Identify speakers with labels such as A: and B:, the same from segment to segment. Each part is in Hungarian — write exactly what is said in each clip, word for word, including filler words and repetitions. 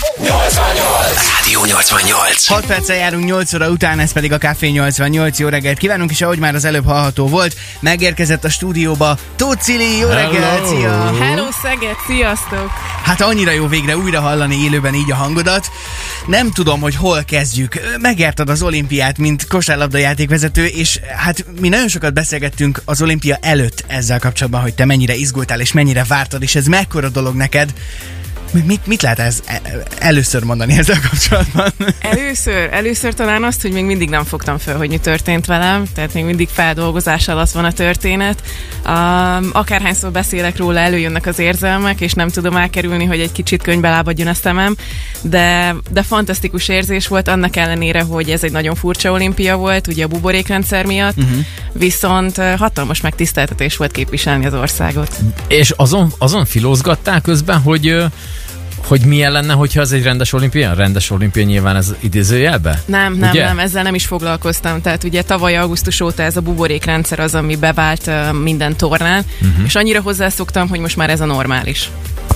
A: nyolcvannyolc Rádió nyolcvannyolc
B: hat perccel járunk nyolc óra után, ez pedig a Café nyolcvannyolc. Jó reggelt kívánunk, és ahogy már az előbb hallható volt, megérkezett a stúdióba Tóth Cili. Jó reggelt, szia!
C: Hello Szeged, sziasztok!
B: Hát annyira jó végre újra hallani élőben így a hangodat. Nem tudom, hogy hol kezdjük. Megérted az olimpiát, mint kosárlabda játékvezető, és hát mi nagyon sokat beszélgettünk az olimpia előtt ezzel kapcsolatban, hogy te mennyire izgultál és mennyire vártad, és ez mekkora dolog neked. Mit, mit lehet ez először mondani ezzel kapcsolatban?
C: Először, először talán azt, hogy még mindig nem fogtam fel, hogy mi történt velem, tehát még mindig feldolgozás alatt van a történet. Um, akárhányszor beszélek róla, előjönnek az érzelmek, és nem tudom elkerülni, hogy egy kicsit könyvbe lábadjon a szemem, de, de fantasztikus érzés volt, annak ellenére, hogy ez egy nagyon furcsa olimpia volt, ugye a buborékrendszer miatt, uh-huh. viszont hatalmas megtiszteltetés volt képviselni az országot.
D: És azon, azon filózgattál közben, hogy hogy milyen lenne, hogyha ez egy rendes olimpia? Rendes olimpia nyilván ez idézőjelbe?
C: Nem, nem,
D: ugye?
C: nem, ezzel nem is foglalkoztam. Tehát ugye tavaly augusztus óta ez a buborékrendszer az, ami bevált uh, minden tornán, uh-huh. és annyira hozzászoktam, hogy most már ez a normális.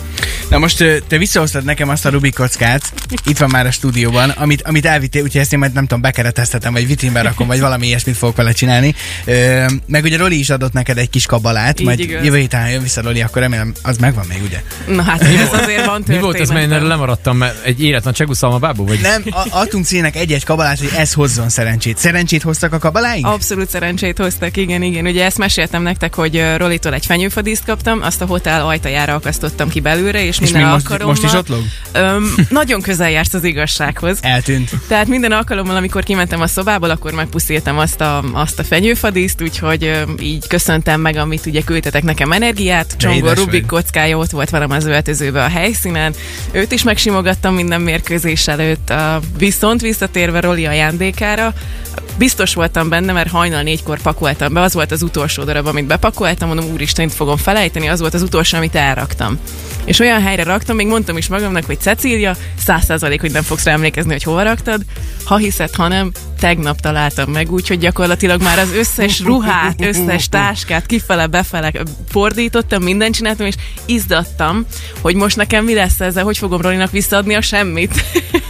B: Na most te visszahoztad nekem azt a Rubik kockát, itt van már a stúdióban, amit, amit elvittél, úgyhogy ezt én majd nem tudom, bekereteztetem, vagy vitrínbe rakom, vagy valami ilyesmit fogok vele csinálni. Ö, meg ugye Roli is adott neked egy kis kabalát, így majd igaz. Jövő héten jön vissza Roli, akkor remélem, az megvan még, ugye?
C: Na hát ez azért van történet.
D: Mi volt ez, mert én erről lemaradtam, mert egy életnagy cseguszalma bábú vagy?
B: Nem, a, adtunk Cílnek egy-egy kabalát, hogy ez hozzon szerencsét. Szerencsét hoztak a kabaláink?
C: Abszolút szerencsét hoztak, igen, igen. Ugye ezt meséltem nektek, hogy Rolitól egy fenyőfadíszt kaptam, azt a hotel ajtajára akasztottam ki belőle, és, és minden
B: most,
C: alkalommal...
B: Most is ott lóg?
C: Öm, nagyon közel jársz az igazsághoz.
B: Eltűnt.
C: Tehát minden alkalommal, amikor kimentem a szobából, akkor megpuszítam azt a, azt a fenyőfadíszt, úgyhogy öm, így köszöntem meg, amit ugye küldtetek nekem energiát. Csongor Rubik kockája ott volt velem az öltözőbe a helyszínen. Őt is megsimogattam minden mérkőzés előtt. A, viszont visszatérve Roli ajándékára, biztos voltam benne, mert hajnal négykor pakoltam be, az volt az utolsó darab, amit bepakoltam, mondom, úristen, itt fogom felejteni, az volt az utolsó, amit elraktam. És olyan helyre raktam, még mondtam is magamnak, hogy Cecília, száz százalék, hogy nem fogsz rá emlékezni, hogy hova raktad. Ha hiszed, ha nem, tegnap találtam meg, úgyhogy gyakorlatilag már az összes ruhát, összes táskát kifele-befele fordítottam, mindent csináltam, és izdattam, hogy most nekem mi lesz ezzel, hogy fogom Rolinak visszaadni a semmit.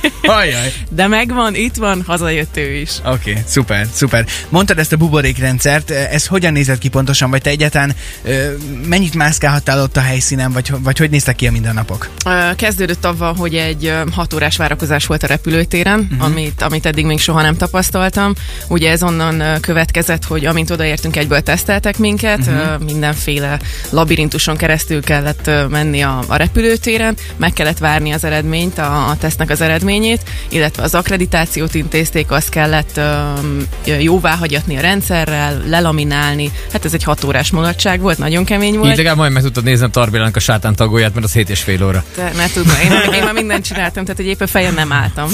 B: Ajaj.
C: De megvan, itt van, hazajött ő is.
B: Oké, okay, szuper, szuper. Mondtad ezt a buborékrendszert, ez hogyan nézett ki pontosan, vagy te egyáltalán mennyit mászkálhattál ott a helyszínen, vagy, vagy hogy néztek ki a mindennapok?
C: Kezdődött avval, hogy egy hat órás várakozás volt a repülőtéren, uh-huh. amit, amit eddig még soha nem tapasztaltam. Ugye ez onnan következett, hogy amint odaértünk, egyből teszteltek minket, uh-huh. mindenféle labirintuson keresztül kellett menni a, a repülőtéren, meg kellett várni az eredményt, a, a tesztnek az eredményét, illetve az akkreditációt intézték, azt kellett um, jóváhagyatni a rendszerrel, lelaminálni. Hát ez egy hat órás mulatság volt, nagyon kemény volt.
D: Így legalább majd meg tudtad nézni a Tarbélának a sátán tagóját, mert az hét és fél óra.
C: De, ne tudom, én, én már mindent csináltam, tehát egy éppen fejen nem álltam.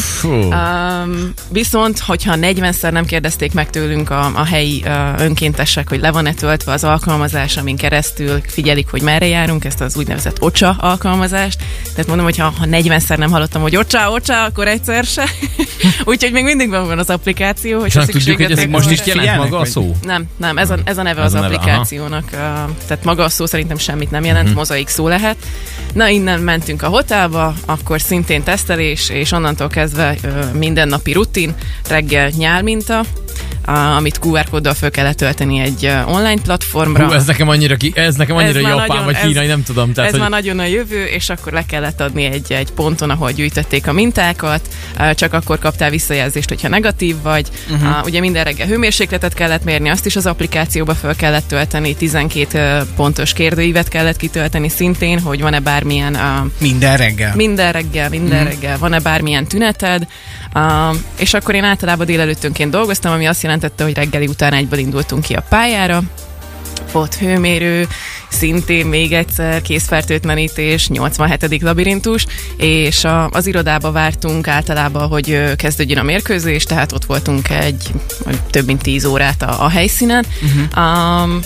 C: Um, viszont, hogyha negyvenszer nem kérdezték meg tőlünk a, a helyi uh, önkéntesek, hogy le van-e töltve az alkalmazás, amin keresztül figyelik, hogy merre járunk, ezt az úgynevezett OCSA alkalmazást. Tehát mondom, hogy ha, ha negyvenszer nem hallottam, hogy OCSA, OCSA, akkor egyszer se. Úgyhogy még mindig van az applikáció, hogy
D: nem tudjuk, hogy ez most is jelent maga a szó?
C: Nem, nem, ez a, ez a neve ez az a neve, applikációnak. Uh, tehát maga a szó szerintem semmit nem jelent, uh-huh. mozaik szó lehet. Na, innen mentünk a hotelba, akkor szintén tesztelés, és onnantól kezdve uh, mindennapi rutin, reggel nyálminta, Uh, amit kú er kóddal föl kellett tölteni egy uh, online platformra.
D: Hú, ez nekem annyira, ki, ez nekem annyira ez japán nagyon, vagy kínai,
C: ez,
D: nem tudom. Tehát,
C: ez
D: hogy...
C: már nagyon a jövő, és akkor le kellett adni egy, egy ponton, ahol gyűjtötték a mintákat, uh, csak akkor kaptál visszajelzést, hogyha negatív vagy. Uh-huh. Uh, ugye minden reggel hőmérsékletet kellett mérni, azt is az applikációba föl kellett tölteni, tizenkét uh, pontos kérdőívet kellett kitölteni szintén, hogy van-e bármilyen... Uh,
B: minden reggel?
C: Minden reggel, minden uh-huh. reggel. Van-e bármilyen tüneted? Uh, és akkor én általában délelőttönként dolgoztam, ami azt jelentette, hogy reggeli után egyből indultunk ki a pályára. Volt hőmérő, szintén még egyszer készfertőtlenítés, nyolcvanhetedik labirintus, és a, az irodába vártunk általában, hogy kezdődjön a mérkőzés, tehát ott voltunk egy több mint tíz órát a, a helyszínen. Uh-huh. Um,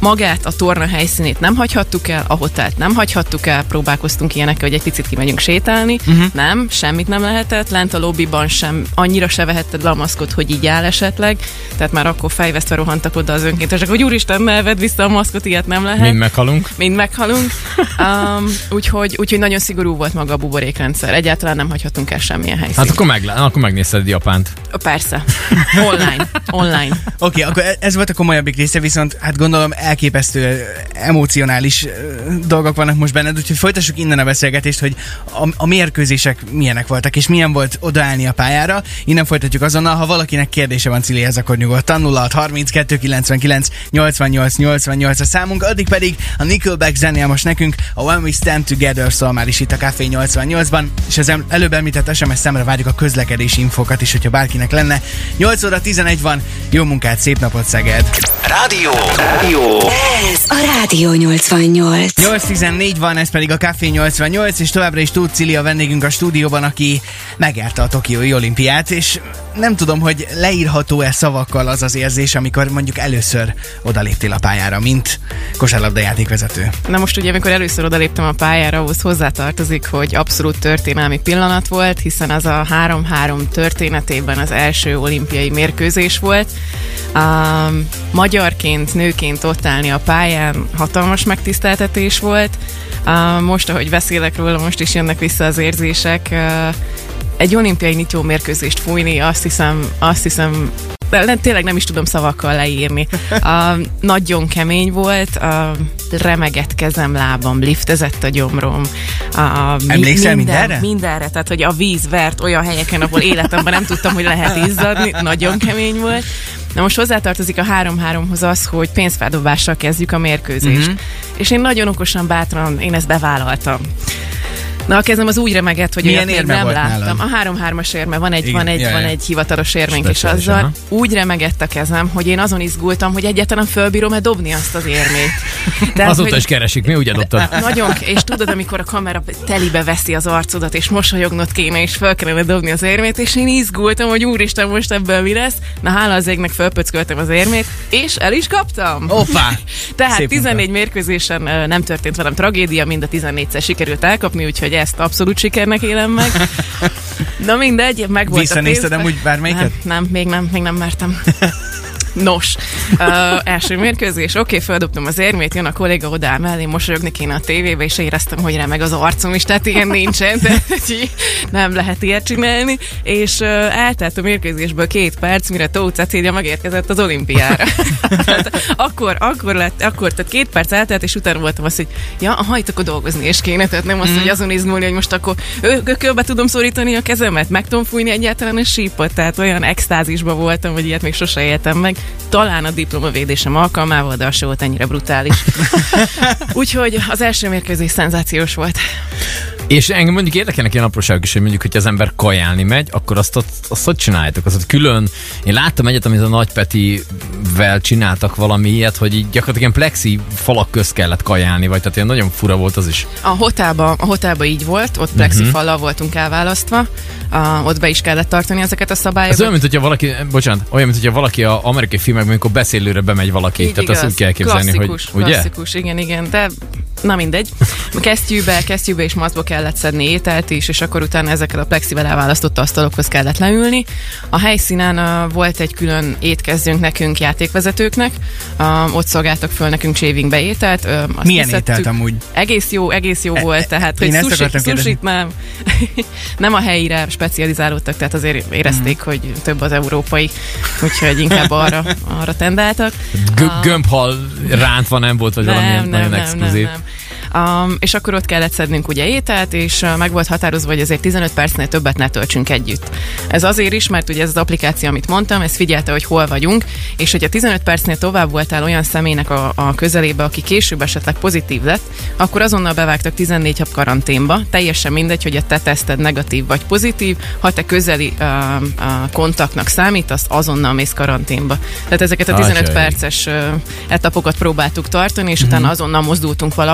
C: magát, a torna helyszínét nem hagyhattuk el, a hotelt nem hagyhattuk el, próbálkoztunk ilyenekkel, hogy egy picit kimegyünk sétálni. Uh-huh. Nem, semmit nem lehetett, lent a lobbyban sem, annyira se vehetted le a maszkot, hogy így áll esetleg, tehát már akkor fejvesztve rohantak oda az önkéntesek, hogy úristen, ne vedd vissza a maszkot, ilyet nem lehet.
D: Mind meghalunk.
C: Mind meghalunk. um, úgyhogy, úgyhogy nagyon szigorú volt maga a buborékrendszer. Egyáltalán nem hagyhatunk el semmilyen helyszínt.
D: Hát akkor, meg, akkor megnézted Japánt.
C: Persze. Online. Online.
B: Oké, okay, akkor ez volt a komolyabbik része, viszont hát gondolom elképesztő emocionális dolgok vannak most benned, úgyhogy folytassuk innen a beszélgetést, hogy a, a mérkőzések milyenek voltak, és milyen volt odaállni a pályára. Innen folytatjuk azonnal, ha valakinek kérdése van Cilihez, akkor nyugodtan nulla hat harminckettő kilencvenkilenc nyolcvannyolc nyolcvannyolc a számunk, addig pedig a Nickelback zenél most nekünk a When We Stand Together szól már is itt a Café nyolcvannyolcban, és az előbb említett es em es számra várjuk a közlekedési infokat is, hogyha bárkinek lenne. nyolc óra tizenegy van, jó munkát, szép napot Szeged!
A: Rádió! Rádió!
E: Ez a Rádió nyolcvannyolc.
B: nyolc tizennégy van, ez pedig a Café nyolcvannyolc, és továbbra is Tóth Cili a vendégünk a stúdióban, aki megjárta a Tokiói olimpiát, és nem tudom, hogy leírható-e szavakkal az az érzés, amikor mondjuk először odaléptél a pályára, mint kosárlabda játékvezető.
C: Na most ugye, amikor először odaléptem a pályára, ahhoz hozzátartozik, hogy abszolút történelmi pillanat volt, hiszen az a három-három történetében az első olimpiai mérkőzés volt. Um, magyarként, nőként ott állni a pályán hatalmas megtiszteltetés volt. Uh, most, ahogy beszélek róla, most is jönnek vissza az érzések. Uh, egy olimpiai nyitó mérkőzést fújni, azt hiszem, azt hiszem, de tényleg nem is tudom szavakkal leírni. Uh, nagyon kemény volt, uh, remegett kezem, lábam, liftezett a gyomrom.
B: Uh, Emlékszel minden, mindenre?
C: Mindenre, tehát hogy a víz vert olyan helyeken, ahol életemben nem tudtam, hogy lehet izzadni, nagyon kemény volt. Na most hozzátartozik a három-háromhoz az, hogy pénzfeldobással kezdjük a mérkőzést. Uh-huh. És én nagyon okosan, bátran, én ezt bevállaltam. Na, a kezem az úgy remegett, hogy
B: milyen
C: olyat még nem láttam. Nálad? A három-hármas érme, van egy, van egy, jaj, van egy hivatalos érménk is azzal. Aha. Úgy remegett a kezem, hogy én azon izgultam, hogy egyáltalán fölbírom-e dobni azt az érmét.
D: Tehát, azóta hogy, is keresik, mi úgy adoptad?
C: Nagyon, és tudod, amikor a kamera telibe veszi az arcodat, és mosolyognod kéne, és föl kellene dobni az érmét, és én izgultam, hogy úristen, most ebből mi lesz. Na, hála az égnek fölpöcköltem az érmét, és el is kaptam.
B: Hoppá!
C: Tehát szép tizennégy munka. Mérkőzésen nem történt velem tragédia, mind a tizennégyszer sikerült elkapni, úgyhogy ezt abszolút sikernek élem meg. Na mindegy, meg volt.
B: Visszanézted amúgy bármelyiket?
C: Nem, nem, még nem, még nem mertem. Nos, uh, első mérkőzés, oké, okay, feldobtam az érmét, jön a kolléga oda mellé, mosolyogni kéne a tévébe, és éreztem, hogy remeg az arcom is, tehát ilyen nincsen, tehát nem lehet ilyet csinálni, és uh, eltelt a mérkőzésből két perc, mire Tóth Cecília megérkezett az olimpiára. tehát, akkor, akkor lett, akkor, tehát két perc eltelt, és utána voltam azt, hogy ja, aha, itt akkor dolgozni is kéne, tehát nem azt, mm. hogy azon izgulni, hogy most akkor ökölbe tudom szorítani a kezemet, meg tudom fújni egyáltalán a sípot, tehát olyan extázisban voltam, hogy ilyet még sose éltem meg. Talán a diplomavédésem alkalmával, de az se volt ennyire brutális. Úgyhogy az első mérkőzés szenzációs volt.
D: És engem mondjuk érdekelnek ilyen apróságok is, hogy mondjuk, hogy az ember kajálni megy, akkor azt, azt, azt hogy csináljátok? Azt külön, én láttam egyet, amit a Nagy Petivel csináltak valami ilyet, hogy így gyakorlatilag ilyen plexi falak közt kellett kajálni, vagy tehát ilyen nagyon fura volt az is.
C: A hotelban, a hotelban így volt, ott plexi uh-huh. fallal voltunk elválasztva, uh, ott be is kellett tartani ezeket a szabályokat.
D: Ez olyan, mint hogyha valaki, bocsánat, olyan, mint hogyha valaki a amerikai filmekben, amikor beszélőre bemegy valaki, így tehát igaz. Azt úgy kell képzelni, klasszikus, hogy ugye?
C: Klasszikus, igen, igen, de na mindegy. Kesztyűbe, kesztyűbe és maszkba kellett szedni ételt is, és akkor utána ezekkel a plexivel elválasztott asztalokhoz kellett leülni. A helyszínen uh, volt egy külön étkezdőnk nekünk, játékvezetőknek. Uh, ott szolgáltak föl nekünk shavingbe ételt. Uh,
B: milyen ételt amúgy?
C: Egész jó, egész jó e, volt, tehát hogy sushi, sushit nem, nem a helyire specializálódtak, tehát azért érezték, mm. hogy több az európai, úgyhogy inkább arra, arra tendáltak.
D: G- gömbhal rántva nem volt, vagy nem, valami nagyon nem, exkluzív. Nem, nem.
C: Um, és akkor ott kellett szednünk ugye ételt, és uh, meg volt határozva, hogy azért tizenöt percnél többet ne töltsünk együtt. Ez azért is, mert ugye ez az applikáció, amit mondtam, ez figyelte, hogy hol vagyunk, és hogyha tizenöt percnél tovább voltál olyan személynek a, a közelébe, aki később esetleg pozitív lett, akkor azonnal bevágtak tizennégy nap karanténba. Teljesen mindegy, hogy a te teszted negatív vagy pozitív, ha te közeli uh, uh, kontaktnak számítasz, azonnal mész karanténba. Tehát ezeket a tizenöt perces uh, etapokat próbáltuk tartani, és mm-hmm. utána azonnal mozdultunk valahova,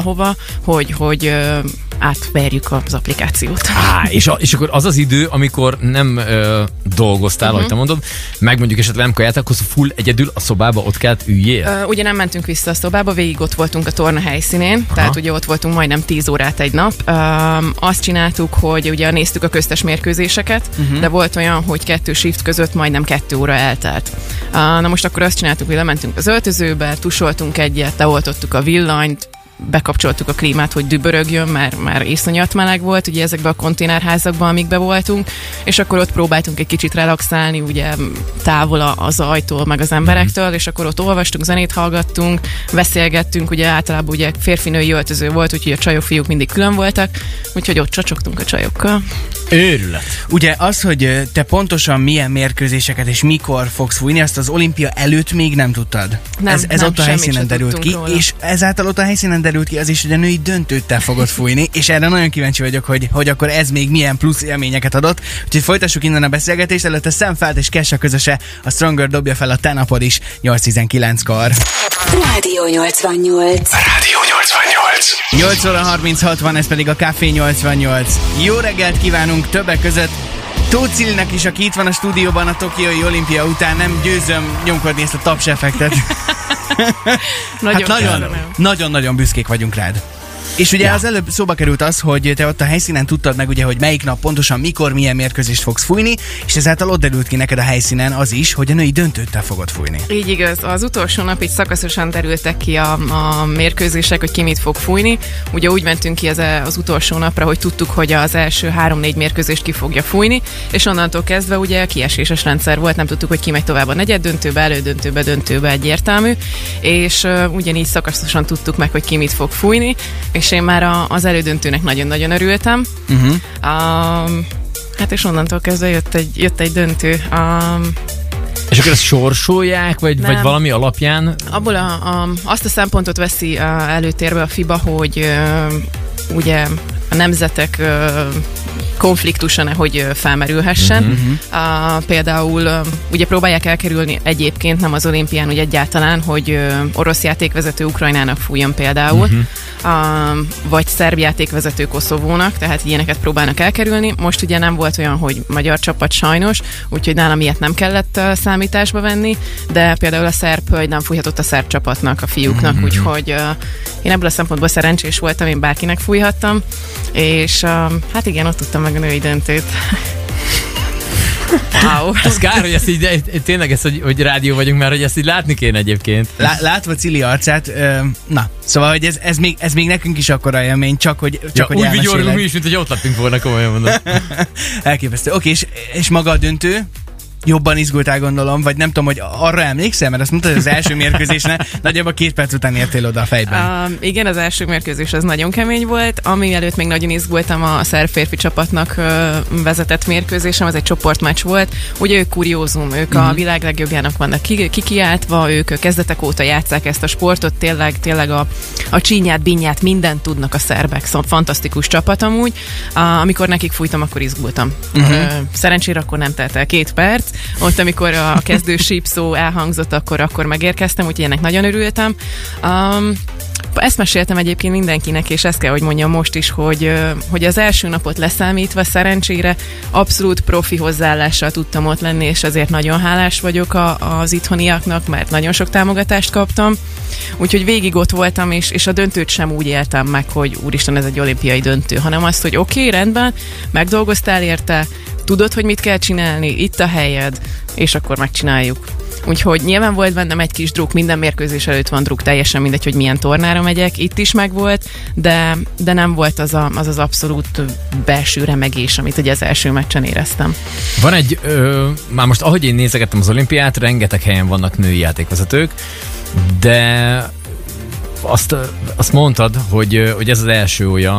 C: hogy, hogy ö, átverjük az applikációt.
D: Á, és, a, és akkor az az idő, amikor nem ö, dolgoztál, uh-huh. ahogy te mondod, meg mondjuk esetleg nem kajáltál, akkor full egyedül a szobába ott kellett üljél?
C: Ö, ugye nem mentünk vissza a szobába, végig ott voltunk a torna helyszínén, Aha. tehát ugye ott voltunk majdnem tíz órát egy nap. Ö, azt csináltuk, hogy ugye néztük a köztes mérkőzéseket, uh-huh. de volt olyan, hogy kettő shift között majdnem kettő óra eltelt. Ö, na most akkor azt csináltuk, hogy lementünk az öltözőbe, tusoltunk egyet, beoltottuk a villanyt, bekapcsoltuk a klímát, hogy dübörögjön, mert már iszonyat meleg volt, ugye ezekben a konténerházakban, amikben voltunk, és akkor ott próbáltunk egy kicsit relaxálni, ugye távol az ajtól, meg az emberektől, és akkor ott olvastunk, zenét hallgattunk, beszélgettünk, ugye általában ugye férfi-női öltöző volt, úgyhogy a csajok, fiúk mindig külön voltak, úgyhogy ott csacsogtunk a csajokkal.
D: Őrület.
B: Ugye az, hogy te pontosan milyen mérkőzéseket és mikor fogsz fújni, azt az olimpia előtt még nem tudtad.
C: Nem,
B: ez ez
C: nem,
B: ott a helyszínen derült ki,
C: róla.
B: és ezáltal ott a helyszínen derült ki az is, hogy a női döntőt te fogod fújni, és erre nagyon kíváncsi vagyok, hogy, hogy akkor ez még milyen plusz élményeket adott. Úgyhogy folytassuk innen a beszélgetést, előtte Sam Feldt és Kesha közöse, a Stronger dobja fel a te napod is nyolc tizenkilenckor.
E: Rádió nyolcvannyolc.
A: Rádió nyolcvannyolc.
B: nyolc óra harminchat van, ez pedig a Café nyolcvannyolc. Jó reggelt kívánunk többek között Tóth Cilinek is, aki itt van a stúdióban a Tokiói olimpia után. Nem győzöm nyomkodni ezt a taps effektet.
C: Nagyon,
B: hát nagyon, nagyon-nagyon büszkék vagyunk rád. És ugye ja. az előbb szóba került az, hogy te ott a helyszínen tudtad meg ugye, hogy melyik nap pontosan mikor, milyen mérkőzést fogsz fújni, és ezáltal ott derült ki neked a helyszínen az is, hogy a női döntőt te fogod fújni.
C: Így igaz, az utolsó nap így szakaszosan derültek ki a, a mérkőzések, hogy ki mit fog fújni. Ugye úgy mentünk ki az, az utolsó napra, hogy tudtuk, hogy az első három-négy mérkőzést ki fogja fújni, és onnantól kezdve ugye kieséses rendszer volt, nem tudtuk, hogy ki megy tovább a negyed döntőbe, elődöntőbe, döntőbe, egyértelmű, és uh, ugyanígy szakaszosan tudtuk meg, hogy ki mit fog fújni, és én már a, az elődöntőnek nagyon-nagyon örültem. Uh-huh. Um, hát és onnantól kezdve jött egy, jött egy döntő. Um,
D: és akkor ezt sorsolják, vagy, vagy valami alapján?
C: Abból a, a, azt a szempontot veszi a, előtérbe a FIBA, hogy uh, ugye a nemzetek uh, konfliktusa nehogy felmerülhessen. Uh-huh. Uh, például uh, ugye próbálják elkerülni egyébként, nem az olimpián, ugye egyáltalán, hogy uh, orosz játékvezető Ukrajnának fújjon például, uh-huh. uh, vagy szerb játékvezető Koszovónak, tehát ilyeneket próbálnak elkerülni. Most ugye nem volt olyan, hogy magyar csapat sajnos, úgyhogy nálam ilyet nem kellett uh, számításba venni, de például a szerb hölgy nem fújhatott a szerb csapatnak, a fiúknak, uh-huh. úgyhogy uh, én ebből a szempontból szerencsés voltam, én bárkinek fújhattam, és uh, hát igen, ott tudtam meg a női döntőt. Wow.
D: Ez kár, hogy ezt így, tényleg ez, hogy, hogy rádió vagyunk, mert hogy ezt így látni kéne egyébként.
B: Lá, látva Cili arcát, na, szóval, hogy ez, ez, még, ez még nekünk is akkora élmény, csak hogy, csak
D: ja,
B: hogy
D: úgy vigyorgunk mi is, mint hogy ott lettünk volna, komolyan mondom.
B: Elképesztő. Oké, és, és maga a döntő? Jobban izgultál, gondolom, vagy nem tudom, hogy arra emlékszel, mert azt mondtad, hogy az első mérkőzésnél nagyjából két perc után értél oda a fejben.
C: Uh, igen, az első mérkőzés az nagyon kemény volt, ami előtt még nagyon izgultam a szerb férfi csapatnak uh, vezetett mérkőzésem, ez egy csoportmeccs volt. Ugye ők kuriózum, ők uh-huh. a világ legjobbjának vannak kikiáltva, ők kezdetek óta játsszák ezt a sportot, tényleg, tényleg a, a csínyát, binyát, mindent tudnak a szerbek, szóval fantasztikus csapat amúgy. Uh, amikor nekik fújtam, akkor izgultam. Uh-huh. Uh, szerencsére akkor nem telt el két perc. Ott, amikor a kezdő sípszó elhangzott, akkor, akkor megérkeztem, úgyhogy ennek nagyon örültem. Um, ezt meséltem egyébként mindenkinek, és ezt kell, hogy mondjam most is, hogy, hogy az első napot leszámítva szerencsére abszolút profi hozzáállással tudtam ott lenni, és azért nagyon hálás vagyok a, az itthoniaknak, mert nagyon sok támogatást kaptam. Úgyhogy végig ott voltam, és, és a döntőt sem úgy éltem meg, hogy úristen, ez egy olimpiai döntő, hanem azt, hogy oké, okay, rendben, megdolgoztál érte, tudod, hogy mit kell csinálni, itt a helyed, és akkor megcsináljuk. Úgyhogy nyilván volt bennem egy kis druk, minden mérkőzés előtt van druk, teljesen mindegy, hogy milyen tornára megyek, itt is megvolt, de, de nem volt az, a, az az abszolút belső remegés, amit ugye az első meccsen éreztem.
D: Van egy, ö, már most ahogy én nézegettem az olimpiát, rengeteg helyen vannak női játékvezetők, de azt, azt mondtad, hogy, hogy ez az első olyan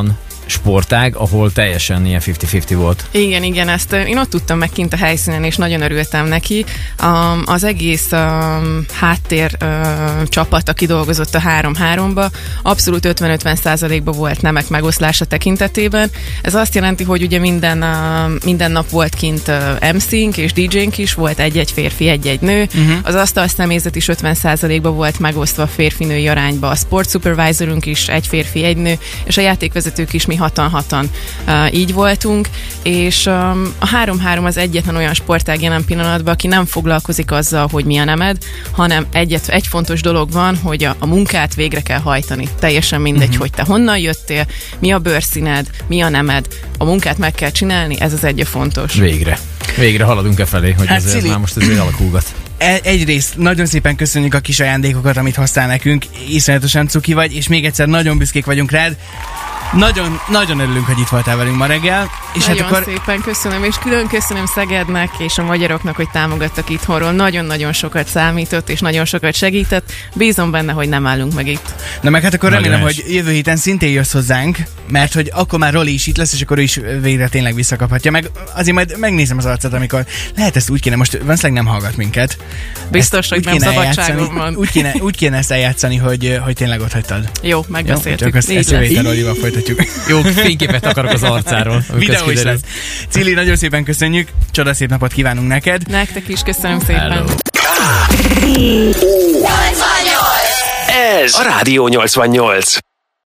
D: sportág, ahol teljesen ilyen fifty-fifty volt.
C: Igen, igen, ezt én ott tudtam meg kint a helyszínen, és nagyon örültem neki. Um, az egész um, háttér um, csapat, aki dolgozott a három háromba, abszolút ötven-ötven százalékban volt nemek megoszlása tekintetében. Ez azt jelenti, hogy ugye minden, uh, minden nap volt kint uh, em cé-nk és dé jé-nk is, volt egy-egy férfi, egy-egy nő. Uh-huh. Az asztalszemélyzet is ötven százalékban volt megosztva férfi-női arányba, a sport supervisorunk is egy férfi, egy nő, és a játékvezetők is mi hatan-hatan uh, így voltunk, és um, a három három az egyetlen olyan sportág jelen pillanatban, aki nem foglalkozik azzal, hogy mi a nemed, hanem egyet, egy fontos dolog van, hogy a, a munkát végre kell hajtani. Teljesen mindegy, uh-huh. hogy te honnan jöttél, mi a bőrszíned, mi a nemed, a munkát meg kell csinálni, ez az egy fontos.
D: Végre. Végre haladunk-e felé, hogy
B: hát
D: ezért
B: Cili,
D: már most ezért alakulgat.
B: Egyrészt nagyon szépen köszönjük a kis ajándékokat, amit hoztál nekünk, iszonyatosan cuki vagy, és még egyszer nagyon büszkék vagyunk rád. Nagyon, nagyon örülünk, hogy itt voltál velünk ma reggel. És
C: nagyon
B: hát akkor...
C: szépen köszönöm, és külön köszönöm Szegednek és a magyaroknak, hogy támogattak itthonról. Nagyon-nagyon sokat számított, és nagyon sokat segített. Bízom benne, hogy nem állunk meg itt.
B: Na meg hát akkor
D: nagyon
B: remélem,
D: is.
B: hogy jövő héten szintén jössz hozzánk, mert hogy akkor már Roli is itt lesz, és akkor ő is végre tényleg visszakaphatja. Meg azért majd megnézem az arcát, amikor lehet ezt úgy kéne, most valószínűleg nem hallgat minket.
C: Biztos, hogy nem szabadságon van.
B: Úgy kéne, úgy kéne ezt eljátszani, hogy, hogy tényleg ott hagytad.
C: Jó, megbeszéltük.
B: Jó, ezt, ezt jövő héten Rolival folytatjuk.
D: Jó, fényképet akarok az arcáról.
B: Videó is lesz. Cili, nagyon szépen köszönjük, csodaszép napot kívánunk neked.
C: Nektek is köszönöm szépen.
D: Hello.
A: Ez a Rádió nyolcvannyolc.